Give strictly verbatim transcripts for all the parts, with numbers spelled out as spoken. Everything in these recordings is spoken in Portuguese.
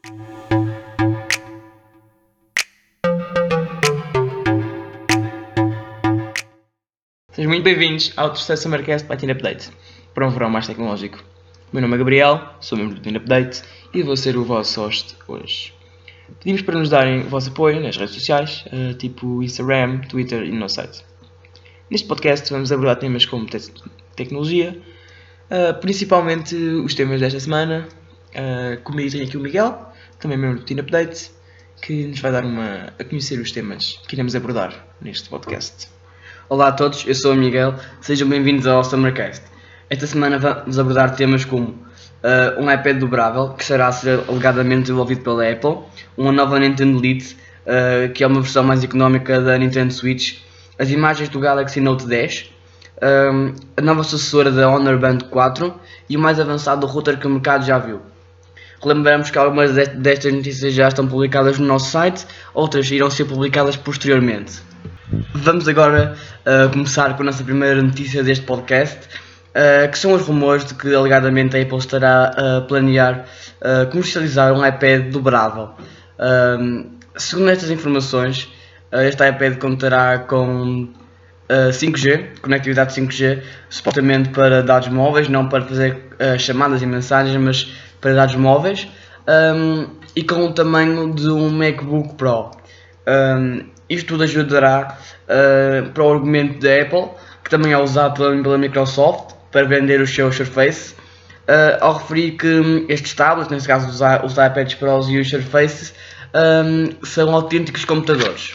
Sejam muito bem-vindos ao terceiro Summercast by Teen Update, para um verão mais tecnológico. O meu nome é Gabriel, sou membro do Teen Update e vou ser o vosso host hoje. Pedimos para nos darem o vosso apoio nas redes sociais, uh, tipo Instagram, Twitter e no nosso site. Neste podcast vamos abordar temas como te- tecnologia, uh, principalmente os temas desta semana. Uh, comigo tenho aqui o Miguel, também membro do Teen Update, que nos vai dar uma, a conhecer os temas que iremos abordar neste podcast. Olá a todos, eu sou o Miguel, sejam bem-vindos ao Summercast. Esta semana vamos abordar temas como uh, um iPad dobrável, que será a ser alegadamente desenvolvido pela Apple, uma nova Nintendo Lite, uh, que é uma versão mais económica da Nintendo Switch, as imagens do Galaxy Note dez, um, a nova sucessora da Honor Band quatro e o mais avançado router que o mercado já viu. Relembramos que algumas destas notícias já estão publicadas no nosso site, outras irão ser publicadas posteriormente. Vamos agora uh, começar com a nossa primeira notícia deste podcast, uh, que são os rumores de que alegadamente a Apple estará a planear uh, comercializar um iPad dobrável. Uh, segundo estas informações, uh, este iPad contará com uh, cinco G, conectividade cinco G, supostamente para dados móveis, não para fazer uh, chamadas e mensagens, mas para dados móveis, um, e com o tamanho de um MacBook Pro. Um, Isto tudo ajudará uh, para o argumento da Apple, que também é usado pela, pela Microsoft para vender os seus Surface, uh, ao referir que estes tablets, neste caso os, os iPads Pros e os Surfaces, um, são autênticos computadores.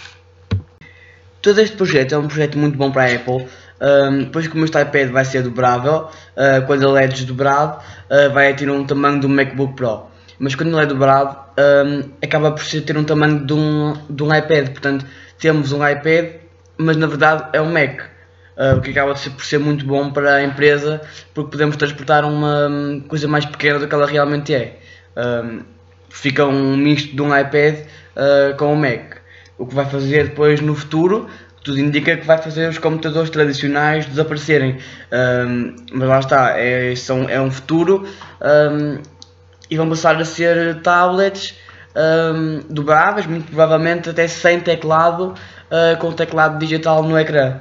Todo este projeto é um projeto muito bom para a Apple, um, pois como este iPad vai ser dobrável, uh, quando ele é desdobrado, uh, vai ter um tamanho de um MacBook Pro. Mas quando ele é dobrado, um, acaba por ter um tamanho de um, de um iPad. Portanto, temos um iPad, mas na verdade é um Mac. Uh, o que acaba de ser, por ser muito bom para a empresa, porque podemos transportar uma um, coisa mais pequena do que ela realmente é. Um, fica um misto de um iPad uh, com um Mac. O que vai fazer depois no futuro, tudo indica que vai fazer os computadores tradicionais desaparecerem. Um, mas lá está, é, são, é um futuro. Um, E vão passar a ser tablets um, dobráveis, muito provavelmente até sem teclado, uh, com teclado digital no ecrã.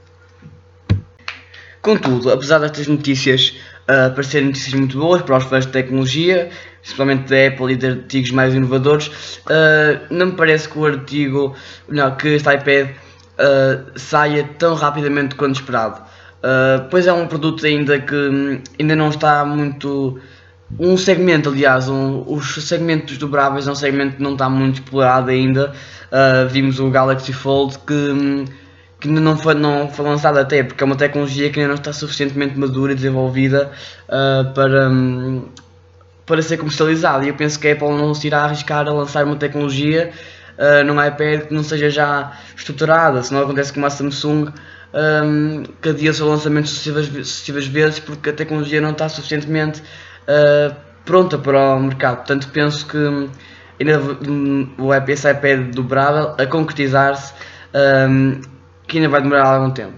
Contudo, apesar destas notícias uh, parecerem notícias muito boas para os fãs de tecnologia, principalmente da Apple e de artigos mais inovadores, uh, não me parece que o artigo, não, que este iPad uh, saia tão rapidamente quanto esperado. Uh, pois é um produto ainda que um, ainda não está muito... Um segmento, aliás, um, os segmentos dobráveis é um segmento que não está muito explorado ainda. Uh, vimos o Galaxy Fold que, que ainda não foi, não foi lançado até, porque é uma tecnologia que ainda não está suficientemente madura e desenvolvida uh, para, um, para ser comercializada. E eu penso que a Apple não se irá arriscar a lançar uma tecnologia uh, num iPad que não seja já estruturada, se não acontece com a Samsung, um, que adia o seu lançamento sucessivas, sucessivas vezes porque a tecnologia não está suficientemente Uh, pronta para o mercado. Portanto, penso que ainda o esse iPad dobrável a concretizar-se, um, que ainda vai demorar algum tempo.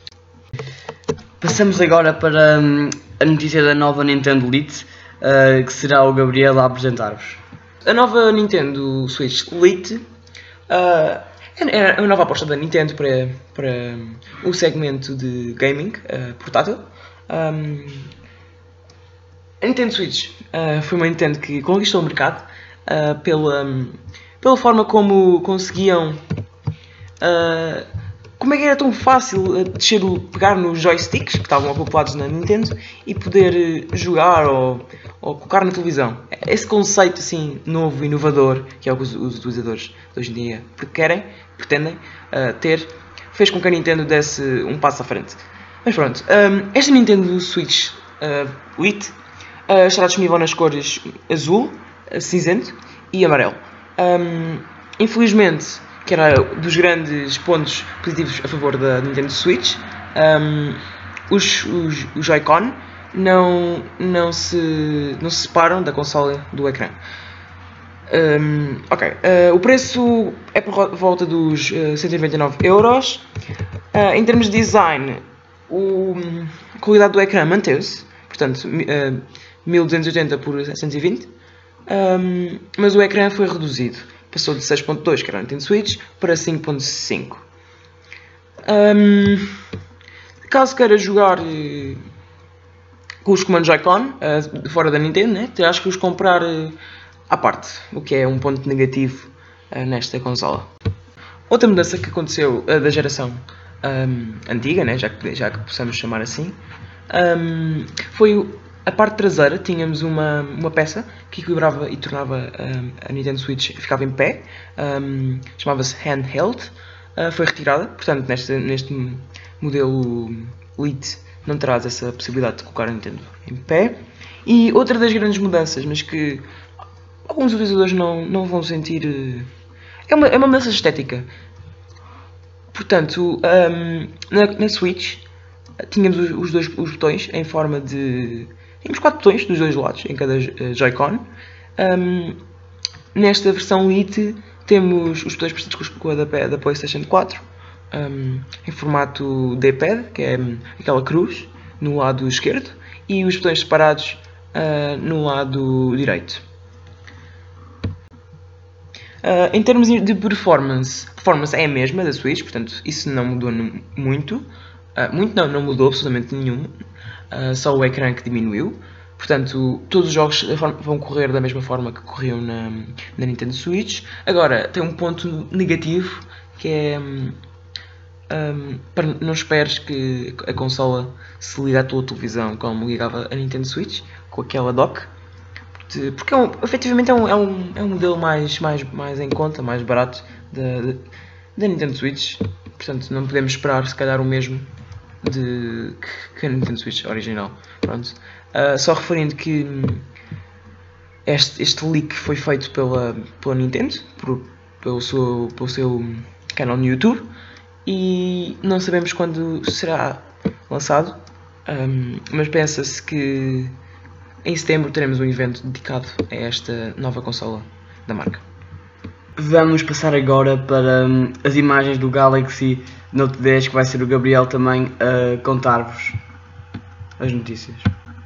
Passamos agora para um, a notícia da nova Nintendo Lite, uh, que será o Gabriel a apresentar-vos. A nova Nintendo Switch Lite uh, é a nova aposta da Nintendo para, para o segmento de gaming uh, portátil. Um, A Nintendo Switch uh, foi uma Nintendo que conquistou o mercado uh, pela, um, pela forma como conseguiam. Uh, como é que era tão fácil uh, descer o, pegar nos joysticks que estavam acoplados na Nintendo e poder uh, jogar ou, ou colocar na televisão. Esse conceito assim novo, inovador, que é o que os, os utilizadores de hoje em dia querem, pretendem uh, ter, fez com que a Nintendo desse um passo à frente. Mas pronto, um, esta Nintendo Switch uh, Lite Uh, estará disponível nas cores azul, cinzento e amarelo. Um, infelizmente, que era dos grandes pontos positivos a favor da Nintendo Switch, um, os, os, os Joy-Con não, não, se, não se separam da consola do ecrã. Um, ok, uh, o preço é por volta dos uh, cento e noventa e nove euros. Uh, em termos de design, o, a qualidade do ecrã manteve-se, portanto, uh, mil duzentos e oitenta por setecentos e vinte, um, mas o ecrã foi reduzido. Passou de seis ponto dois, que era o Nintendo Switch, para cinco ponto cinco. Um, caso queira jogar uh, com os comandos Joy-Con, uh, fora da Nintendo, né, terás que os comprar uh, à parte, o que é um ponto negativo uh, nesta consola. Outra mudança que aconteceu uh, da geração um, antiga, né, já, que, já que possamos chamar assim, um, foi a parte traseira. Tínhamos uma, uma peça que equilibrava e tornava um, a Nintendo Switch, ficava em pé, um, chamava-se Handheld, uh, foi retirada, portanto neste, neste modelo Lite não terás essa possibilidade de colocar a Nintendo em pé. E outra das grandes mudanças, mas que alguns utilizadores não, não vão sentir, é uma, é uma mudança estética. Portanto, um, na, na Switch tínhamos os, os dois os botões em forma de... Tínhamos quatro botões dos dois lados em cada Joy-Con. Um, nesta versão Lite temos os botões parecidos com a da, da PlayStation quatro, um, em formato D-pad, que é aquela cruz no lado esquerdo, e os botões separados uh, no lado direito. Uh, em termos de performance, a performance é a mesma da Switch, portanto isso não mudou muito. Uh, muito não, não mudou absolutamente nenhum. Uh, só o ecrã que diminuiu. Portanto, todos os jogos vão correr da mesma forma que corriam na, na Nintendo Switch. Agora, tem um ponto negativo, que é... Um, um, para, não esperes que a consola se ligue à tua televisão como ligava a Nintendo Switch, com aquela dock. Porque é um, efetivamente é um, é, um, é um modelo mais, mais, mais em conta, mais barato da, da Nintendo Switch. Portanto, não podemos esperar se calhar o mesmo de, que a Nintendo Switch original. Pronto. Uh, só referindo que este, este leak foi feito pela, pela Nintendo, por, pelo, seu, pelo seu canal no YouTube, e não sabemos quando será lançado, um, mas pensa-se que em setembro teremos um evento dedicado a esta nova consola da marca. Vamos passar agora para hum, as imagens do Galaxy Note dez, que vai ser o Gabriel também a contar-vos as notícias.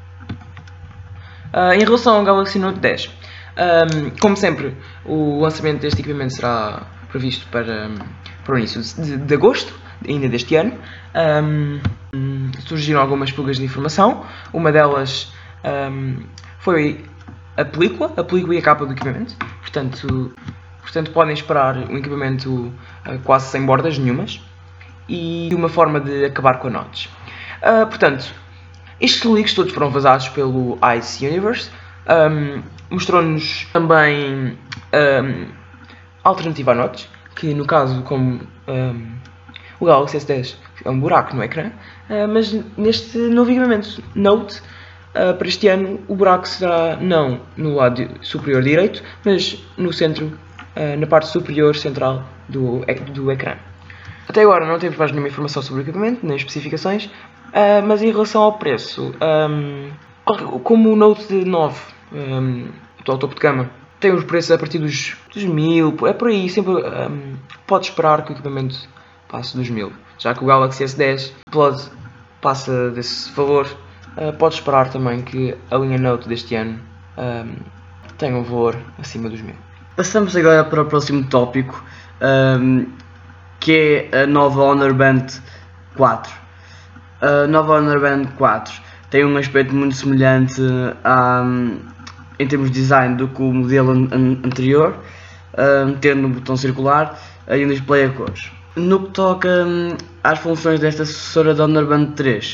Uh, em relação ao Galaxy Note dez, um, como sempre, o lançamento deste equipamento será previsto para, para o início de, de agosto, ainda deste ano. Um, surgiram algumas fugas de informação. Uma delas um, foi a película, a película e a capa do equipamento. Portanto, portanto podem esperar um equipamento uh, quase sem bordas nenhumas e uma forma de acabar com a notch. Uh, portanto, estes leaks todos foram vazados pelo Ice Universe. Um, mostrou-nos também um, alternativa à notch, que no caso, como um, o Galaxy S dez é um buraco no ecrã, uh, mas neste novo equipamento Note, uh, para este ano, o buraco será não no lado superior direito, mas no centro, uh, na parte superior central do, do ecrã. Até agora não temos mais nenhuma informação sobre o equipamento, nem especificações, uh, mas em relação ao preço, um, como o Note nove, um, atual topo de gama, tem os preços a partir dos, dos mil, é por aí, sempre um, pode esperar que o equipamento passe dos mil. Já que o Galaxy S dez Plus passa desse valor, uh, pode esperar também que a linha Note deste ano um, tenha um valor acima dos mil. Passamos agora para o próximo tópico, um, que é a nova Honor Band quatro. A nova Honor Band quatro tem um aspecto muito semelhante a, em termos de design do que o modelo an anterior, um, tendo um botão circular e um display a cores. No que toca um, às funções desta sucessora da Honor Band três,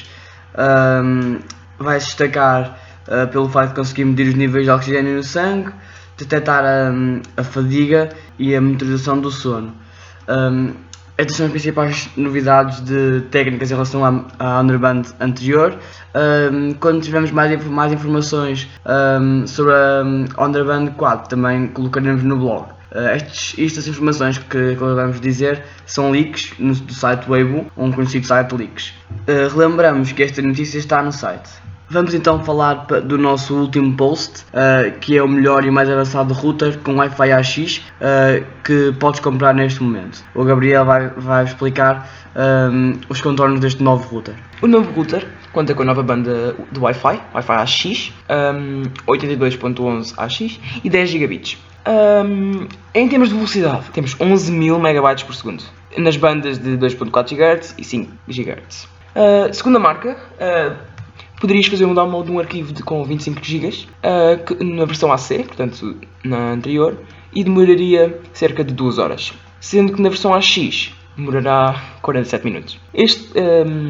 um, vai se destacar uh, pelo facto de conseguir medir os níveis de oxigênio no sangue, detectar a, a fadiga e a monitorização do sono. Um, Estas são as principais novidades de técnicas em relação à, à Honor Band anterior. Um, quando tivermos mais, mais informações um, sobre a Honor Band quatro, também colocaremos no blog. Uh, estes, estas informações que, que vamos dizer são leaks no, do site Weibo, um conhecido site de leaks. Uh, relembramos que esta notícia está no site. Vamos então falar do nosso último post, uh, que é o melhor e mais avançado router com Wi-Fi A X uh, que podes comprar neste momento. O Gabriel vai, vai explicar um, os contornos deste novo router. O novo router conta com a nova banda de Wi-Fi, Wi-Fi A X, um, oitenta e dois ponto onze A X e dez gigabits. Um, em termos de velocidade, temos onze mil megabytes por segundo nas bandas de dois ponto quatro gigahertz e cinco gigahertz. Uh, segundo a marca, uh, poderias fazer um download de um arquivo de, com vinte e cinco gigas uh, que, na versão A C, portanto na anterior, e demoraria cerca de duas horas, sendo que na versão A X demorará quarenta e sete minutos. Este, um,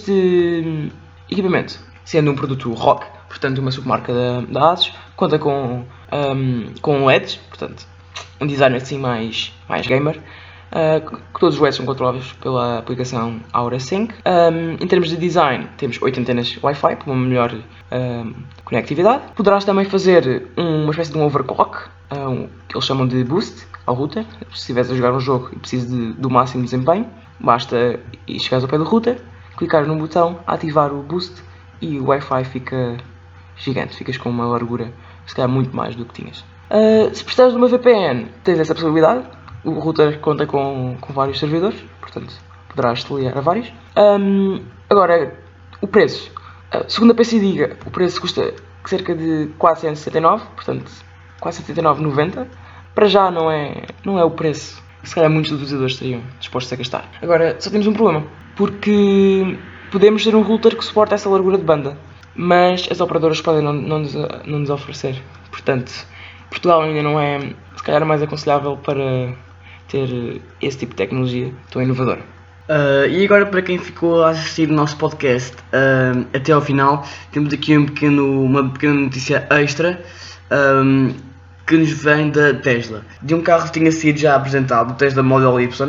este equipamento, sendo um produto R O G, portanto uma submarca da, da ASUS, conta com, um, com L E Ds, portanto um design assim mais, mais gamer, uh, que todos os L E Ds são controlados pela aplicação Aura Sync. Um, em termos de design, temos oito antenas Wi-Fi para uma melhor um, conectividade. Poderás também fazer uma espécie de um overclock, um, que eles chamam de boost, ao router. Se estiveres a jogar um jogo e precisas de, do máximo desempenho, basta ir chegares ao pé do router, clicar num botão, ativar o boost e o Wi-Fi fica gigante, ficas com uma largura se calhar muito mais do que tinhas. Uh, se precisares de uma V P N, tens essa possibilidade. O router conta com, com vários servidores, portanto poderás te ligar a vários. Um, agora, o preço. Uh, segundo a P C Diga, o preço custa cerca de quatrocentos e setenta e nove, portanto quatrocentos e setenta e nove vírgula noventa. Para já não é, não é o preço que se calhar muitos utilizadores estariam dispostos a gastar. Agora, só temos um problema, porque podemos ter um router que suporta essa largura de banda, mas as operadoras podem não, não, nos, não nos oferecer. Portanto, Portugal ainda não é, se calhar, mais aconselhável para ter esse tipo de tecnologia tão inovadora. Uh, e agora, para quem ficou a assistir o nosso podcast uh, até ao final, temos aqui um pequeno, uma pequena notícia extra um, que nos vem da Tesla, de um carro que tinha sido já apresentado, o Tesla Model Y,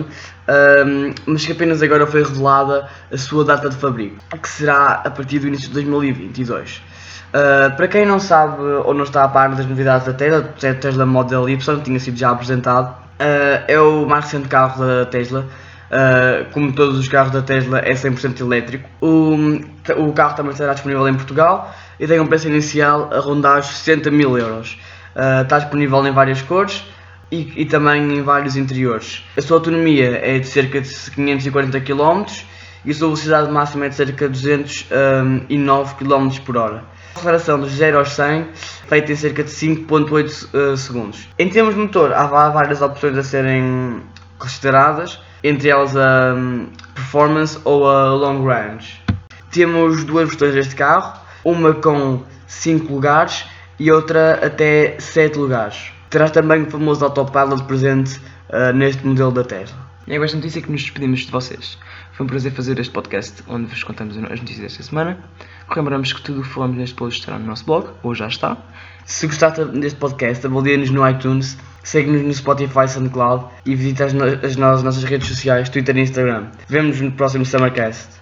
um, mas que apenas agora foi revelada a sua data de fabrico, que será a partir do início de dois mil e vinte e dois. Uh, para quem não sabe ou não está a par das novidades da Tesla, o Tesla Model Y tinha sido já apresentado, uh, é o mais recente carro da Tesla. Uh, como todos os carros da Tesla, é cem por cento elétrico. O, o carro também estará disponível em Portugal e tem um preço inicial a rondar os sessenta mil euros. Uh, está disponível em várias cores e, e também em vários interiores. A sua autonomia é de cerca de quinhentos e quarenta quilómetros e a sua velocidade máxima é de cerca de duzentos e nove quilómetros por hora. A aceleração de zero aos cem feita em cerca de cinco vírgula oito uh, segundos. Em termos de motor, há, há várias opções a serem consideradas, entre elas a um, Performance ou a Long Range. Temos duas versões deste carro, uma com cinco lugares e outra até sete lugares. Terás também o famoso Autopilot presente uh, neste modelo da Tesla. E é com esta notícia que nos despedimos de vocês. Foi um prazer fazer este podcast onde vos contamos as notícias desta semana. Lembramos que tudo o que falamos neste post estará no nosso blog, ou já está. Se gostaste deste podcast, avalie-nos no iTunes, segue-nos no Spotify e SoundCloud e visita as, no- as nossas redes sociais, Twitter e Instagram. Vemo-nos no próximo Summercast.